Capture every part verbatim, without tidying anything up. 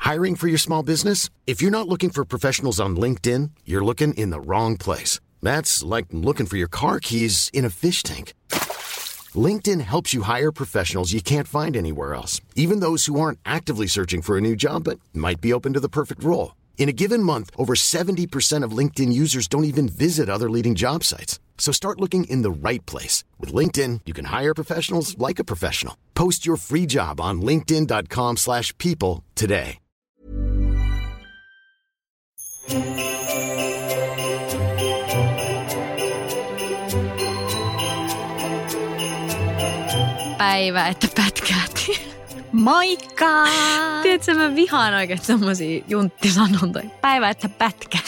Hiring for your small business? If you're not looking for professionals on LinkedIn, you're looking in the wrong place. That's like looking for your car keys in a fish tank. LinkedIn helps you hire professionals you can't find anywhere else, even those who aren't actively searching for a new job but might be open to the perfect role. In a given month, over seventy percent of LinkedIn users don't even visit other leading job sites. So start looking in the right place. With LinkedIn, you can hire professionals like a professional. Post your free job on linkedin.com slash people today. Päivä, että pätkäätiin. Moikka! Tiedätkö, mä vihaan oikein semmosia junttisanontoja. Päivä, että pätkää.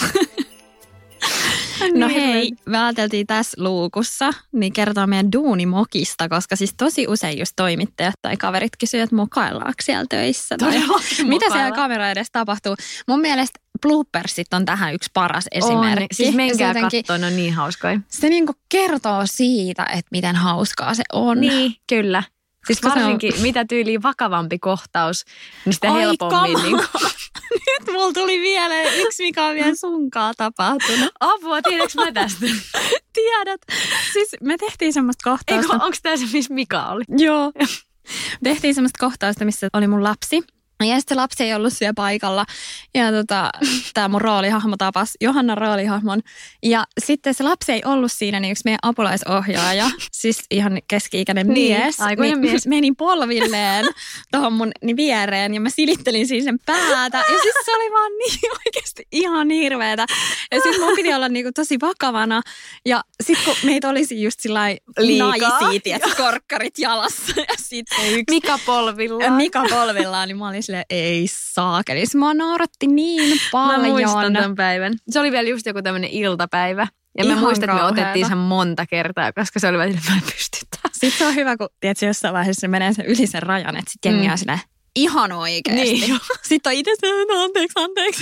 No hei, me ajateltiin tässä luukussa niin kertoa meidän duunimokista, koska siis tosi usein just toimittajat tai kaverit kysyvät, että mokaillaanko siellä töissä. Tai mitä siellä kamera edes tapahtuu. Mun mielestä bloopersit on tähän yksi paras esimerkki. On, siis menkää katsoa, ne on niin hauskoja. Se niinku kertoo siitä, että miten hauskaa se on. Niin, kyllä. Siis Koska varsinkin on mitä tyyliin vakavampi kohtaus, niin sitä Ai, helpommin. Niin kuin... Nyt mulla tuli vielä yksi, mikä on vielä sunkaan tapahtunut. Apua, tiedätkö mä tästä? Tiedät. Siis me tehtiin semmoista kohtausta. Eikö, onko tämä se, missä Mika oli? Joo. Tehtiin semmoista kohtausta, missä oli mun lapsi. Ja sitten se lapsi ei ollut siellä paikalla. Ja tota, tämä mun roolihahmo tapas Johannan roolihahmon. Ja sitten se lapsi ei ollut siinä, niin yksi meidän apulaisohjaaja, siis ihan keski-ikäinen niin, mies, aikuinen niin mies, meni polvilleen tuohon mun niin viereen ja mä silittelin siinä sen päätä. Ja siis se oli vaan niin oikeasti ihan hirveetä. Ja sitten mun piti olla niinku tosi vakavana. Ja sitten kun meitä olisi just sillai naisia, tiedätkö, korkkarit jalassa. Ja sitten yksi Mika polvillaan. Mika polvillaan, niin mä olin silleen, ei saakeli. Mua nauratti niin paljon. Mä muistan tämän päivän. Se oli vielä just joku tämmöinen iltapäivä. Ja mä Ihan muistan, että me kauheata. otettiin sen monta kertaa, koska se oli vähän, että mä en pysty taas. Sitten se on hyvä, kun tiedätkö, jossain vaiheessa se menee sen yli sen rajan, että sitten jengi on mm. silleen, ihan oikeasti. Niin. Sitten on itse se, anteeksi, anteeksi.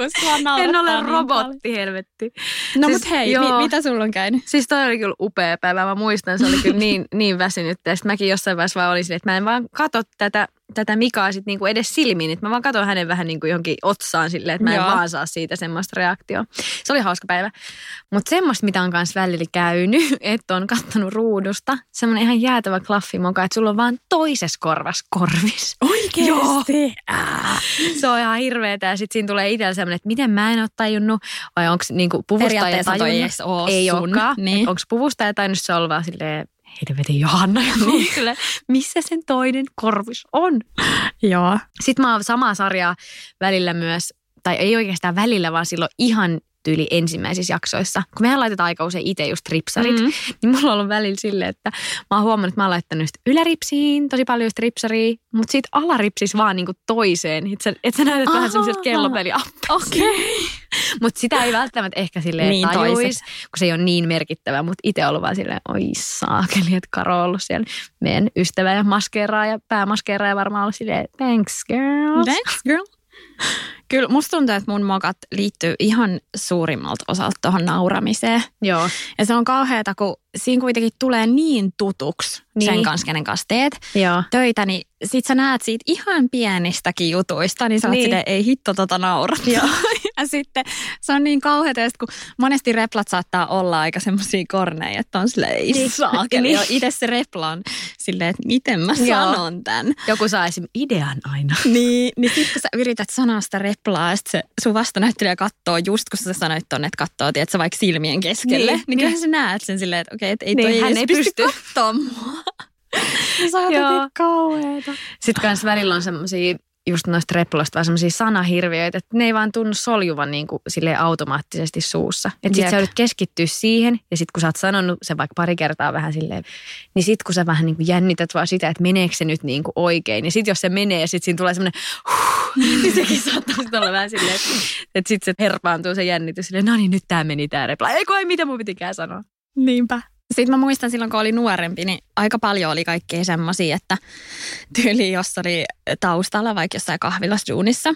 En ole robotti, helvetti. No siis, mut hei, mi- mitä sulla on käynyt? Siis toi oli kyllä upea päivä. Mä muistan, se oli kyllä niin, niin väsynyt. Ja sitten mäkin jossain vaiheessa vaan olin silleen, että mä en vaan katso tätä, tätä Mikaa sit niinku edes silmiin. Että mä vaan katson hänen vähän niinku johonkin otsaan silleen, että mä en Joo. vaan saa siitä semmoista reaktioa. Se oli hauska päivä. Mutta semmoista, mitä on kanssa välillä käynyt, että on kattonut ruudusta. Semmoinen ihan jäätävä klaffimoka, että sulla on vaan toisessa korvassa korvis. Oikeesti? Äh. Se on ihan hirveetä ja sitten siinä tulee itsellä semmoinen, että miten mä en ole tajunnut, vai onko niinku puvustaja Periaatteessa toi tajunnut? ei edes oo Ei sun. olekaan. Niin. Onko puvustaja tajunnut, se on vaan silleen, helvetin Johanna ja niin. Missä sen toinen korvis on? Joo. Sitten mä oon samaa sarjaa välillä myös, tai ei oikeastaan välillä, vaan silloin ihan tyyli ensimmäisissä jaksoissa. Kun mehän laitetaan aika usein itse just ripsarit, mm-hmm. niin mulla on ollut välillä silleen, että mä oon huomannut, että mä oon laittanut just yläripsiin tosi paljon just ripsaria, mutta sit alaripsis vaan niinku toiseen. Että sä, et sä näytät Aha. vähän semmoiselta kellopeliappelta. Okei. Okay. Mutta sitä ei välttämättä ehkä silleen niin tajuisi, kun se ei ole niin merkittävä. Mutta itse ollut vaan silleen, oi saakeli, että Karo on ollut siellä meidän ystävä ja maskeeraa ja päämaskeeraa ja varmaan ollut silleen, thanks girl. Thanks girl. Kyllä musta tuntuu, että mun mokat liittyy ihan suurimmalta osalta tuohon nauramiseen. Joo. Ja se on kauheata, kun siinä kuitenkin tulee niin tutuksi niin. sen kanssa, kenen kanssa teet Joo. töitä, niin sit sä näet siitä ihan pienistäkin jutuista, niin sä oot niin. silleen, ei hitto tota naurat. Joo. Ja sitten se on niin kauheata, kun monesti replat saattaa olla aika semmosia korneja, että on silleen, ei niin. saakeli. niin. Itse se repla on silleen, että miten mä sanon tän. Joku saa esimerkiksi idean aina. Niin, niin sit kun sä yrität sanoa sitä replaa, ja sit se sun vastanäyttelijä kattoo just, kun sä sanoit tonne, että kattoo, tiedät sä vaikka silmien keskelle. Niin, niin kyllähän sä näet sen silleen, että okei, että ei toi niin, ei hän edes ei pysty pysty kattoo mua. Ja sä oot jotenkin kauheeta. Sitten kans välillä on semmosia just noista reploista vaan semmosia sanahirviöitä, että ne ei vaan tunnu soljuvan niin kuin silleen automaattisesti suussa. Että sit sä joudut keskittyä siihen ja sit kun sä oot sanonut se vaikka pari kertaa vähän silleen, niin sit kun sä vähän niin kuin jännität vaan sitä, että meneekö se nyt niin kuin oikein. Niin sit jos se menee ja sit siinä tulee semmoinen huh, niin sekin saattaa olla vähän silleen, että, että sit se herpaantuu se jännitys silleen, no niin nyt tää meni tää repla. Ei kun ei mitä mun pitikään sanoa. Niinpä. Sitten mä muistan silloin, kun oli nuorempi, niin aika paljon oli kaikkea semmosia, että tyyli, jos oli taustalla vaikka jossain kahvilassa duunissa,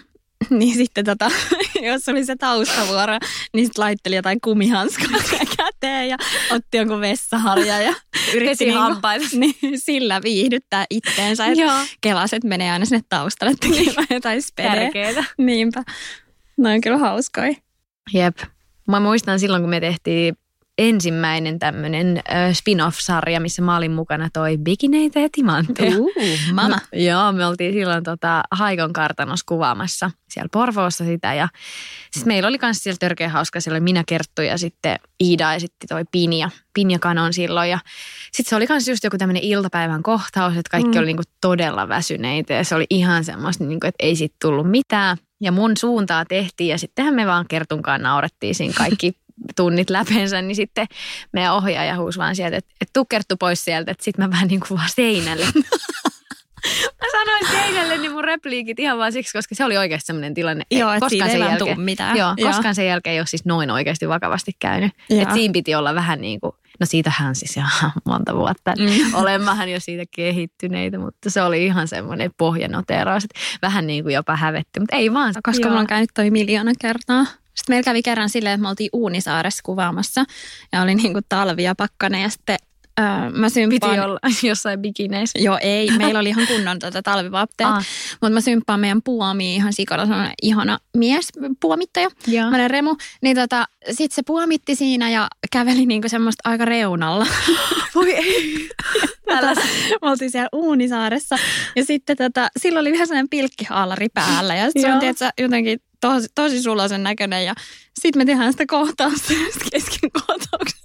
niin sitten tota, jos oli se taustavuoro, niin sitten laitteli jotain kumihanskaa käteen ja otti jonkun vessaharja ja yritti hampaita. Niin, sillä viihdyttää itteensä. Kelaset menee aina sinne taustalle tekemään jotain spedeä. Tärkeetä. Niinpä. No on kyllä hauskoja. Jep. Mä muistan silloin, kun me tehtiin ensimmäinen tämmöinen äh, spin-off-sarja, missä mä olin mukana toi Bikineitä ja timantteja. Uh, mama. No, joo, me oltiin silloin tota, Haikon kartanossa kuvaamassa siellä Porvoossa sitä. Ja sitten meillä oli myös siellä törkeä hauska. Siellä oli minä, Kerttu ja sitten Iida ja sitten toi Pinja. Pinja Kanon silloin. Ja sitten se oli myös just joku tämmöinen iltapäivän kohtaus, että kaikki mm. oli niinku todella väsyneitä. Ja se oli ihan semmoista, niinku, että ei siitä tullut mitään. Ja mun suuntaa tehtiin ja sittenhän me vaan Kertunkaan naurettiin siinä kaikki tunnit läpensä, niin sitten meidän ohjaaja huusi vaan sieltä, että, että tuu Kerttu pois sieltä, että sitten mä vähän niin kuin vaan seinälle. Mä sanoin seinälle niin mun repliikit ihan vaan siksi, koska se oli oikeasti sellainen tilanne. Joo, että koskaan siitä ei jälkeen, vaan tuu mitään. Joo, joo, koskaan sen jälkeen ei ole siis noin oikeasti vakavasti käynyt. Että siinä piti olla vähän niin kuin, no siitähän siis ihan monta vuotta. Mm. Olemmehan jo siitä kehittyneitä, mutta se oli ihan semmoinen pohjanoteeraus. Vähän niin kuin jopa hävetti, mutta ei vaan. Koska joo. Mulla on käynyt toi miljoona kertaa. Sitten meillä kävi kerran silleen, että me oltiin Uunisaaressa kuvaamassa ja oli niin kuin talvi ja pakkanen ja sitten öö, mä symppaan. Piti olla jossain bikineissä. Joo, ei. Meillä oli ihan kunnon tuota talvivaatteet, ah. mutta mä symppaan meidän puomiin ihan sikana, sellainen ihana mies, puomittaja, meidän Remu. Niin tota, sit se puomitti siinä ja käveli niinku semmoista aika reunalla. Voi ei. Tota, me oltiin siellä Uunisaaressa ja sitten tota, sillä oli vähän sellainen pilkkihaalari päällä ja sitten se on tietysti jotenkin tosi, tosi suloisen näköinen ja sitten me tehdään sitä kohtausta ja sitten kesken kohtauksen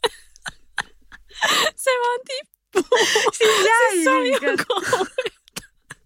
se vaan tippuu. Siis jäi. Siis se oli ihan kauheeta.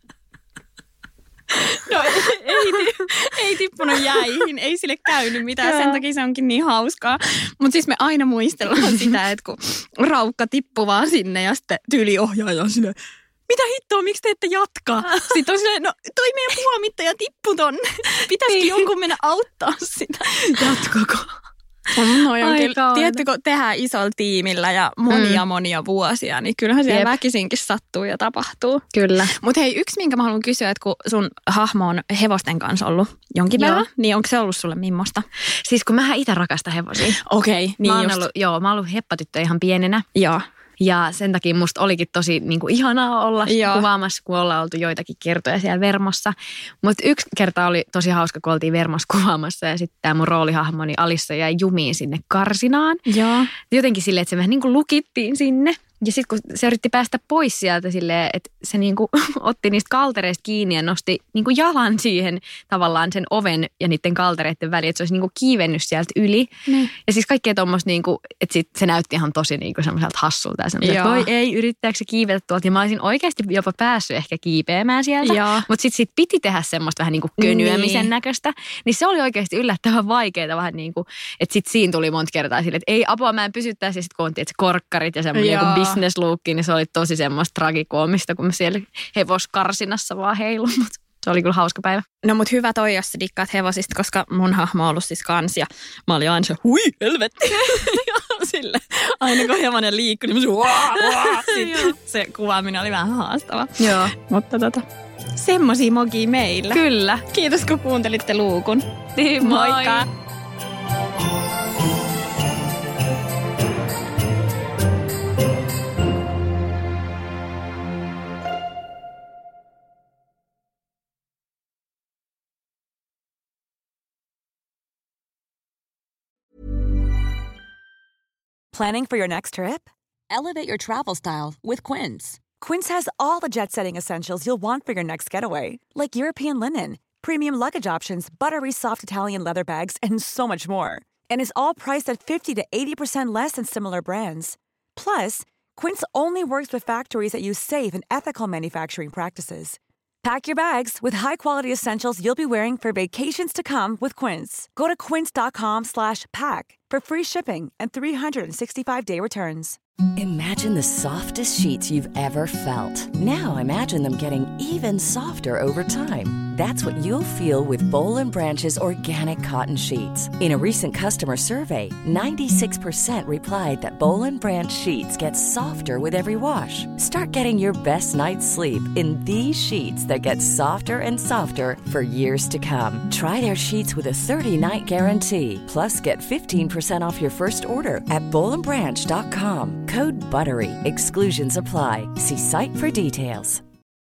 No ei, ei, ei tippunut jäihin, ei sille käynyt mitään, sen takia se onkin niin hauskaa. Mutta siis me aina muistellaan sitä, että kun raukka tippuu vaan sinne ja sitten tyyliohjaaja on silleen, mitä hittoa, miksi te ette jatkaa? Sitten on silleen, no toi meidän puomittaja tippui tonne. Pitäisikin jonkun mennä auttaa sitä. Jatkoko? No on kyllä, tiedätkö, kun tehdään isolla tiimillä ja monia mm. monia vuosia, niin kyllähän siellä Jep. väkisinkin sattuu ja tapahtuu. Kyllä. Mutta hei, yksi minkä mä haluan kysyä, että kun sun hahmo on hevosten kanssa ollut jonkin verran, niin onko se ollut sulle millaista? Siis kun mähän itse rakastan hevosia. Okei, okay, niin mä just. Ollut, joo, mä oon ollut heppatyttö ihan pienenä. Joo. Ja sen takia musta olikin tosi niin kuin ihanaa olla Joo. kuvaamassa, kun ollaan oltu joitakin kertoja siellä Vermossa. Mutta yksi kerta oli tosi hauska, kun oltiin Vermossa kuvaamassa ja sitten tämä mun roolihahmoni Alissa jäi jumiin sinne karsinaan. Joo. Jotenkin silleen, että se vähän niin kuin lukittiin sinne. Ja sitten kun se yritti päästä pois sieltä silleen, että se niinku otti niistä kaltereista kiinni ja nosti niinku jalan siihen tavallaan sen oven ja niiden kaltereiden väliin, että se olisi niinku kiivennyt sieltä yli. Ne. Ja siis kaikkea tuommoista, niinku, että sit se näytti ihan tosi niinku semmoiselta hassulta ja semmoiselta, että voi ei, yrittääkö se kiivetä tuolta. Ja mä olisin oikeasti jopa päässyt ehkä kiipeämään sieltä, mutta sitten sit piti tehdä semmoista vähän niinku könyämisen niin. näköistä. Niin se oli oikeasti yllättävän vaikeaa vähän niin kuin, että sitten siinä tuli monta kertaa silleen, että ei apua mä en pysyttäisi. Ja sitten kun on tietysti korkkarit ja semmoinen niinku business-luukki, niin se oli tosi semmoista tragikoomista, kun mä siellä hevoskarsinassa vaan heilun, mutta se oli kyllä hauska päivä. No mut hyvä toi, jos sä dikkaat hevosista, koska mun hahmo on ollut siis kans ja mä olin aina se, hui helvetti. Ja sille, aina kun hevonen liikkui, niin mä se, sitten se kuvaaminen oli vähän haastava. Joo. Mutta tota, semmosia mogia meillä. Kyllä. Kiitos kun kuuntelitte Luukun. Niin, moi. Moikka. Planning for your next trip? Elevate your travel style with Quince. Quince has all the jet-setting essentials you'll want for your next getaway, like European linen, premium luggage options, buttery soft Italian leather bags, and so much more. And is all priced at fifty to eighty percent less than similar brands. Plus, Quince only works with factories that use safe and ethical manufacturing practices. Pack your bags with high-quality essentials you'll be wearing for vacations to come with Quince. Go to quince.com slash pack for free shipping and three sixty-five day returns. Imagine the softest sheets you've ever felt. Now imagine them getting even softer over time. That's what you'll feel with Bowl and Branch's organic cotton sheets. In a recent customer survey, ninety-six percent replied that Bowl and Branch sheets get softer with every wash. Start getting your best night's sleep in these sheets that get softer and softer for years to come. Try their sheets with a thirty-night guarantee. Plus, get fifteen percent off your first order at bowl and branch dot com. Code BUTTERY. Exclusions apply. See site for details.